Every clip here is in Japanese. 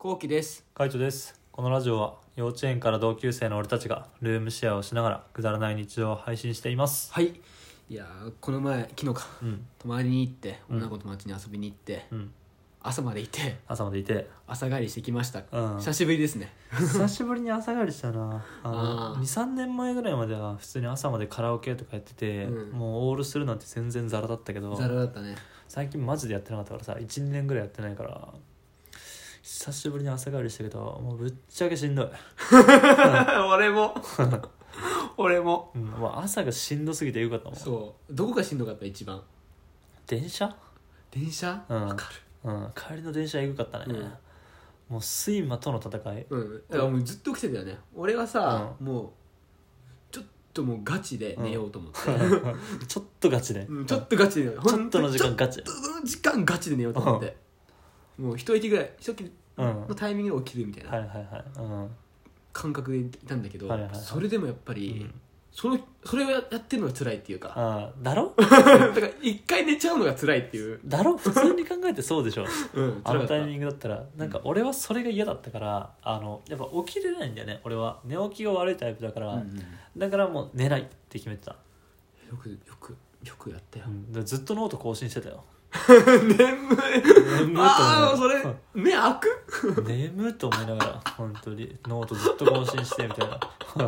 こうきです。 カイトです。このラジオは幼稚園から同級生の俺たちがルームシェアをしながらくだらない日常を配信しています。 はい。いやこの前昨日か、 うん泊まりに行って女の子と友達に遊びに行って、朝までいて朝までいて朝帰りしてきました、 うん久しぶりですね。 久しぶりに朝帰りしたな。 あー 2,3 年前ぐらいまでは普通に朝までカラオケとかやってて、もうオールするなんて全然ザラだったけど、 ザラだったね。 最近マジでやってなかったからさ、 1,2 年ぐらいやってないから久しぶりに朝帰りしたけど、もうぶっちゃけしんどい俺も俺ももう朝がしんどすぎてよかったもん。 そうどこがしんどかった一番。 電車電車わか帰りの電車エグかったね、もう睡魔との戦い。 る。だからもうずっと起きてたよね。俺はさ、もうちょっともうガチで寝ようと思って、 ちょっとガチで、 ちょっとガチでちょっとの時間ガチちょっとの時間ガチで寝ようと思って、もう一息ぐらい一息のタイミングで起きるみたいな感覚でいたんだけど、それでもやっぱり、それをやってるのが辛いっていうか、 だろだから一回寝ちゃうのが辛いっていう。 だろ普通に考えてそうでしょあのタイミンググだったらなんか俺はそれが嫌だったから、やっぱ起きれないんだよね。俺は寝起きが悪いタイプだから、だからもう寝ないって決めてた。 よくやったよ、 ずっとノート更新してたよ眠い眠ああそれ目開く眠いと思いながら本当にノートずっと更新してみたいな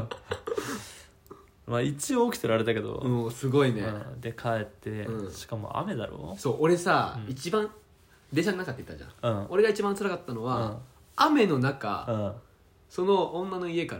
まあ一応起きてられたけど、 もうすごいね、 で帰って、しかも雨だろ。 そう俺さ、一番電車の中って言ったじゃん、俺が一番辛かったのは、雨の中、その女の家から、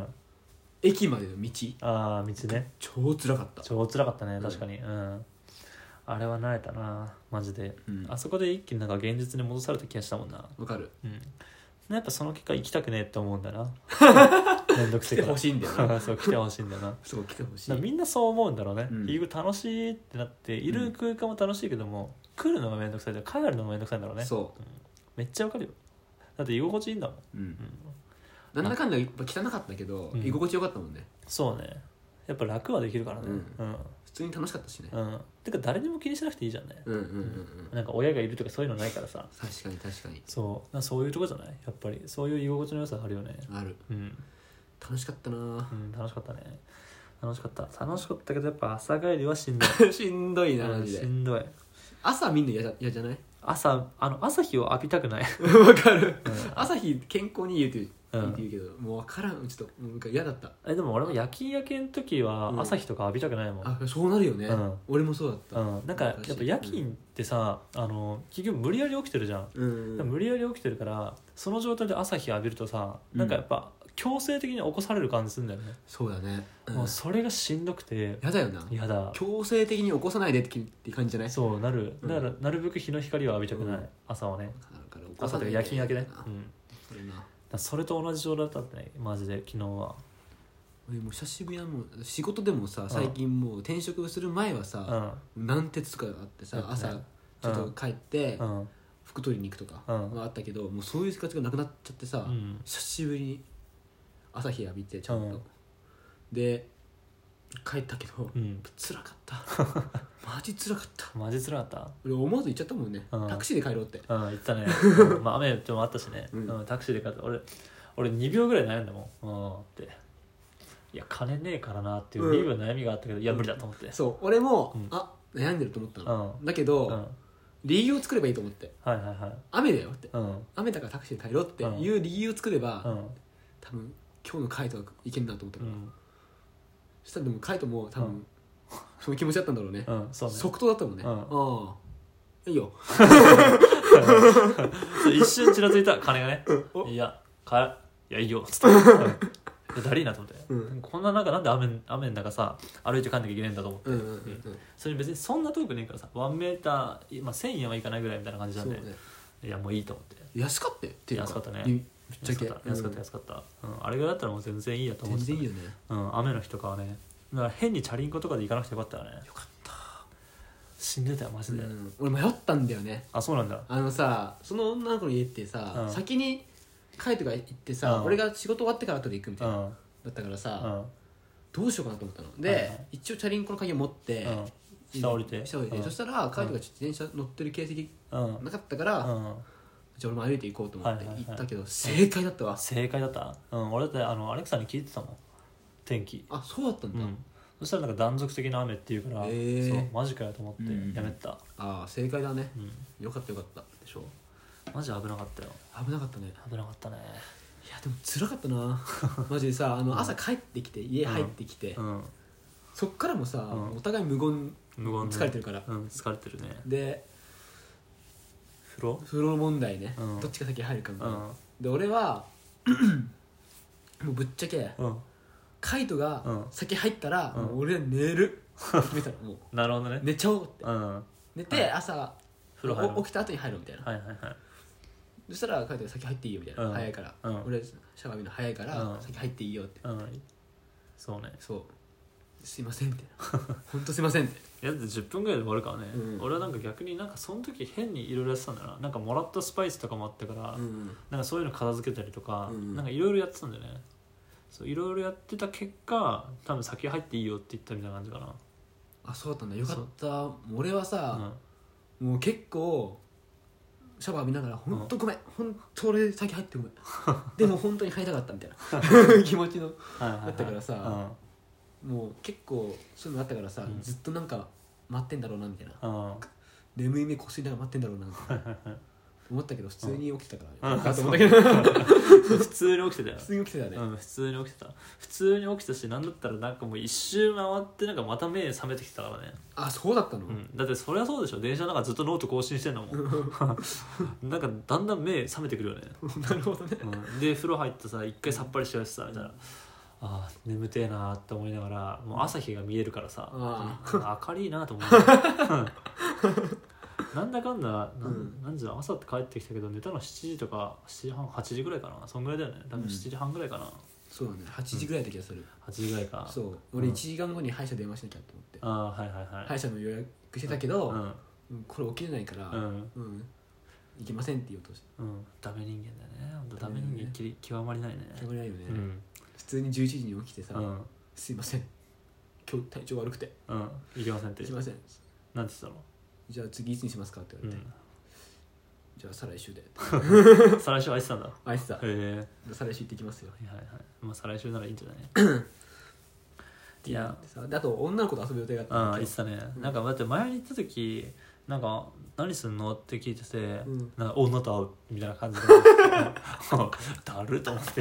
駅までの道、 道ね、 超辛かった。 超辛かったね、確かに。あれは慣れたなマジで、あそこで一気になんか現実に戻された気がしたもんな。 わかる。 やっぱその結果行きたくねえって思うんだなめんどくせえから来てほしいんだよなそう来てほしいんだなそう来てほしい。 みんなそう思うんだろうね、楽しいってなっている空間も楽しいけども、来るのがめんどくさいで帰るのがめんどくさいんだろうね。 そう、 めっちゃわかるよ。だって居心地いいんだもん。 なんだかんだやっぱ汚かったけど、居心地よかったもんね。 そうね、やっぱ楽はできるからね。 普通に楽しかったしね。 てか誰にも気にしなくていいじゃんね。なんか親がいるとかそういうのないからさ。 確かに確かに。 そういうとこじゃない。やっぱりそういう居心地の良さあるよね。 ある。楽しかったな。 楽しかったね。楽しかったけどやっぱ朝帰りはしんどいしんどいなマジで。 しんどい。 朝みんな嫌じゃない？ 朝日を浴びたくないわかる。朝日健康にいいって言うけど、もう分からん。ちょっとなんか嫌だった。 でも俺も夜勤明けの時は朝日とか浴びたくないもん。 そうなるよね。俺もそうだった。 なんかやっぱ夜勤ってさ、結局無理やり起きてるじゃん。無理やり起きてるからその状態で朝日浴びるとさ、なんかやっぱ強制的に起こされる感じするんだよね。 そうだね。 もうそれがしんどくて嫌だよな。 嫌だ。 強制的に起こさないでって感じじゃない？ そうなる。だからなるべく日の光を浴びたくない、朝はね。朝とか夜勤明けね。それと同じ状態だったねマジで昨日は。 俺もう久しぶりはもう仕事でもさ、最近もう転職する前はさ、南鉄とかあってさ、朝ちょっと帰って服取りに行くとかはあったけど、もうそういう生活がなくなっちゃってさ、久しぶりに朝日浴びてちゃんとで帰ったけど、辛かったマジ辛かった。俺思わず言っちゃったもんね、タクシーで帰ろうって。 言ったねまあ雨もあったしね、タクシーで帰った。俺2秒ぐらい悩んだもん、っていや金ねえからなっていう2秒悩みがあったけど、いや無理だと思って。 そう俺も、悩んでると思ったの、だけど、理由を作ればいいと思って、雨だよって、雨だからタクシーで帰ろうっていう理由を作れば、多分今日のカイトはいけんなと思ったから、そしたらでもカイトも多分、その気持ちだったんだろうね。即答だったもんね。いいよ一瞬ちらついた金がね、いやいいよっつってだりーなと思って、こんな中なんで雨の中さ歩いて帰んなきゃいけないんだと思って、それ別にそんな遠くねえからさ、1メーター、1000円はいかないぐらいみたいな感じなんで、いやもういいと思って。 安かったよっていうか、 安かったね。 ぶっちゃけ安かった、あれぐらいだったらもう全然いいやと思って。 全然いいよね。 雨の日とかはね、だから変にチャリンコとかで行かなくてよかったよね。 よかった。 死んでたよマジで。 俺迷ったんだよね。 そうなんだ。 さ、その女の子の家ってさ、先にカイトが行ってさ、俺が仕事終わってから後で行くみたいなだったからさ、どうしようかなと思ったので、一応チャリンコの鍵を持って下降りて、 そしたらカイトが自転車乗ってる形跡なかったから、 じゃあ俺も歩いて行こうと思って行ったけど、正解だったわ。 正解だった。俺だってアレクさんに聞いてたもん、天気。 あ、そうだったんだ。 そしたらなんか断続的な雨っていうから、そうマジかよと思ってやめた。 ああ、正解だね。よかったよかったでしょ。 マジ危なかったよ。 危なかったね。 危なかったね。 いやでも辛かったなマジでさ、朝帰ってきて家入ってきて、そっからもさ、お互い無言疲れてるから、 疲れてるね。 で風呂問題ね、どっちが先入るかみたいな、で俺はもうぶっちゃけ、カイトが先入ったら、もう俺は寝る決めたらもうなるほどね、 寝ちゃおうって、寝て朝風呂入る、 起きた後に入ろうみたいな、そしたらカイトが先入っていいよみたいな、早いから、俺シャワー浴びるの早いから、先入っていいよって、 そうね、 そうすいませんみたいな本当すいませんって、 いやだって10分ぐらいで終わるからね、俺はなんか逆になんかその時変にいろいろやってたんだよな。なんかもらったスパイスとかもあったから、なんかそういうの片付けたりとか、なんかいろいろやってたんだよね。そういろいろやってた結果、多分先入っていいよって言ったみたいな感じかな。 あ、そうだったんだ、よかった。俺はさ、もう結構シャワー浴びながら本当ごめん、本当俺先入ってごめんでも本当に入りたかったみたいな気持ちのだったからさ、もう結構そういうのあったからさ、ずっとなんか待ってんだろうなみたいな、眠い目こすりながら待ってんだろうなみたいな思ったけど、普通に起きてたからと思ったけど普通に起きてたよ。 普通に起きてたね。 普通に起きてた。普通に起きたし、なんだったらなんかもう一周回ってなんかまた目覚めてきてたからね。 あ、そうだったの？ だってそりゃそうでしょ。電車の中ずっとノート更新してんのもんなんかだんだん目覚めてくるよねなるほどね。 で風呂入ってさ、一回さっぱりしちゃうしさ、みたいな、あー眠てえなって思いながら、もう朝日が見えるからさ、明るいなと思いながらなんだかんだ何時だ、朝って帰ってきたけど寝たの7時とか7時半8時ぐらいかな、そんぐらいだよね。多分7時半ぐらいかな、 そうだね、8時ぐらいだ気がする、 8時ぐらいか。 そう、俺1時間後に歯医者電話しなきゃと思って、歯医者の予約してたけど、これ起きれないから、行けませんって言おうとして、 ダメ人間だね、ほんとダメ人間極まりないね。 極まりないよね、普通に11時に起きてさ、すいません今日体調悪くて行けませんって。 行きません、 なんて言ったの？ じゃあ次いつにしますかって言われて、じゃあ再来週で再来週空いてたんだ。 空いてた。 へえ。 再来週行ってきますよ。 まあ再来週ならいいんじゃないいやあと女の子と遊ぶ予定があった。 言ってたね。なんかだって前に行った時、なんか何すんのって聞いてて、なんか女と会うみたいな感じでだると思って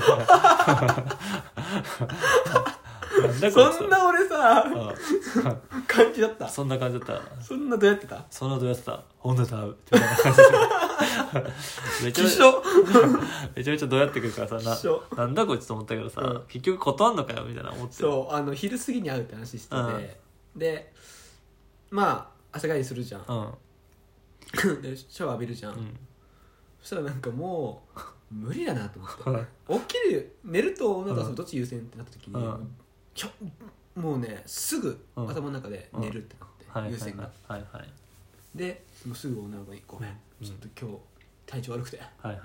そんな俺さ感じだった。 そんな感じだった。 そんなどうやってた？ そんなどうやってた。女と会うみたいな感じでめちゃめちゃどうやってくるからさ、なんだこいつと思ったけどさ、結局断んのかよみたいな思って。 そう、昼過ぎに会うって話してて、でまあ朝帰りするじゃん、でシャワー浴びるじゃん、そしたらなんかもう無理だなと思って起きる、寝ると女と遊ぶどっち優先ってなった時に、もうねすぐ頭の中で寝るってなって、優先が、でもうすぐ女の子にごめん、ちょっと今日体調悪くて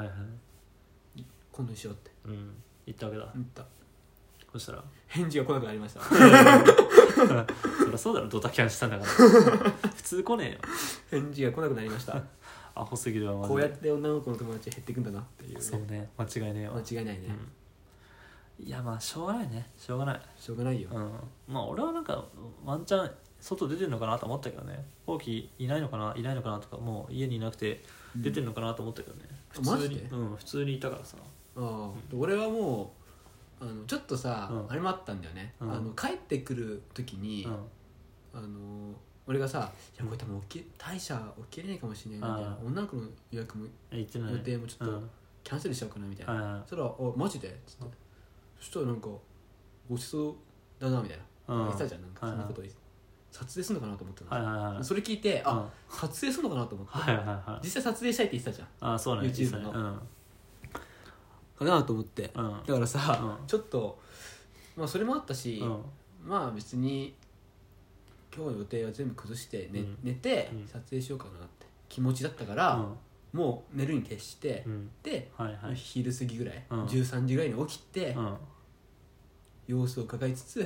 今度にしようって言ったわけだ。 言った。 そしたら返事が来なくなりましたそりゃそうだろ、ドタキャンしたんだから普通来ねえよ。 返事が来なくなりましたアホすぎるわマジで。 こうやって女の子の友達減っていくんだなっていうね。 そうね、間違いねえよ。 間違いないね、 いやまあしょうがないね、しょうがないよ、 まあ俺はなんかワンチャン外出てんのかなと思ったけどね。後期いないのかなとか、もう家にいなくて出てんのかなと思ったけどね、 マジで？ 普通にいたからさ。 俺はもうちょっとさ、あれもあったんだよね、帰ってくる時に、俺がさ「いやこれ多分大社起きれないかもしれない」みたいな、女の子の予約も予定もちょっとキャンセルしちゃおうかなみたいな、そしたら「マジで?」っつって、そしたらなんかごちそうだなみたいな言ってたじゃん、なんかそんなこと撮影するのかなと思ったの、それ聞いて撮影するのかなと思って、実際撮影したいって言ってたじゃん、 そうなん YouTube のかなと思って、だからさ、ちょっとまあそれもあったし、まあ別に今日の予定は全部崩して寝て撮影しようかなって気持ちだったから、もう寝るに徹して、で昼過ぎぐらい、13時ぐらいに起きて、様子を伺いつつ、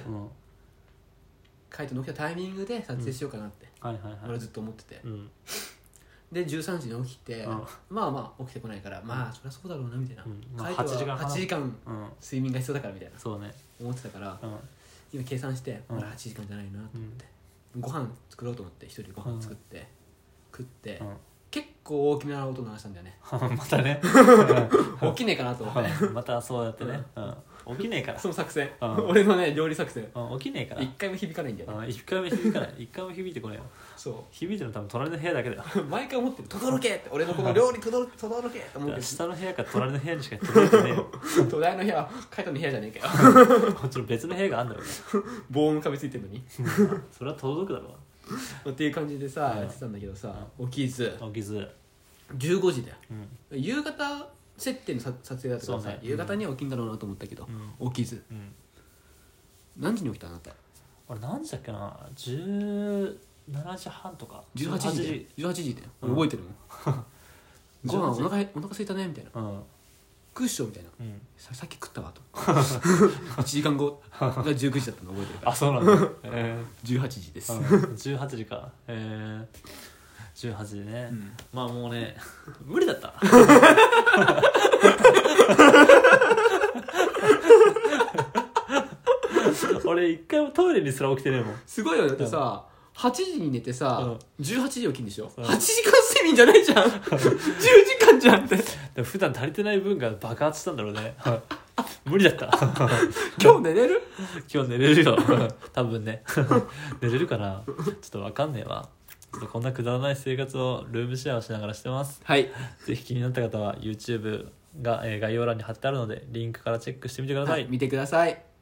カイトの起きたタイミングで撮影しようかなって、俺はずっと思ってて、 で13時に起きて、まあまあ起きてこないから、まあそりゃそうだろうなみたいな、8時間睡眠が必要だからみたいなそうね思ってたから、今計算してまだ8時間じゃないなと思って、ご飯作ろうと思って一人でご飯作って食って、結構大きな音鳴らしたんだよねまたね起きねえかなと思ってまたそうやってね、起きねえからその作戦、俺のね料理作戦、 起きねえから一回も響かないんだよね。 一回も響かない一回も響いてこないよ。 そう響いてるの多分隣の部屋だけだよ毎回思ってる、轟けって俺のこの料理轟けって思うけど下の部屋か隣の部屋にしか届いてねえよ隣の部屋はカイトの部屋じゃねえかよもちろん別の部屋があんだろうね防音壁ついてるのにそれは届くだろうっていう感じでさ、やってたんだけどさ、起きず15時だよ、夕方設定の撮影だったからさ、夕方には起きんだろうなと思ったけど、起きず、何時に起きたあなた？ 俺何時だっけな、17時半とか 18時だよ、俺覚えてるもんご飯お腹空いたねみたいな、食うっしょみたいな、さっき食ったわと1時間後が19時だったの覚えてるからあ、そうなんだ 18時です 18時か18時ね、まあもうね無理だった俺一回もトイレにすら起きてねえもん。 すごいよね、だってさ、8時に寝てさ、18時起きんでしょ、8時間睡眠じゃないじゃん10時間じゃんってでも普段足りてない分が爆発したんだろうね無理だった今日寝れる？ 今日寝れるよ多分ね寝れるかな、ちょっと分かんねえわ。ちょっとこんなくだらない生活をルームシェアをしながらしてます。 はい、 ぜひ気になった方は YouTube が概要欄に貼ってあるのでリンクからチェックしてみてください、 見てください。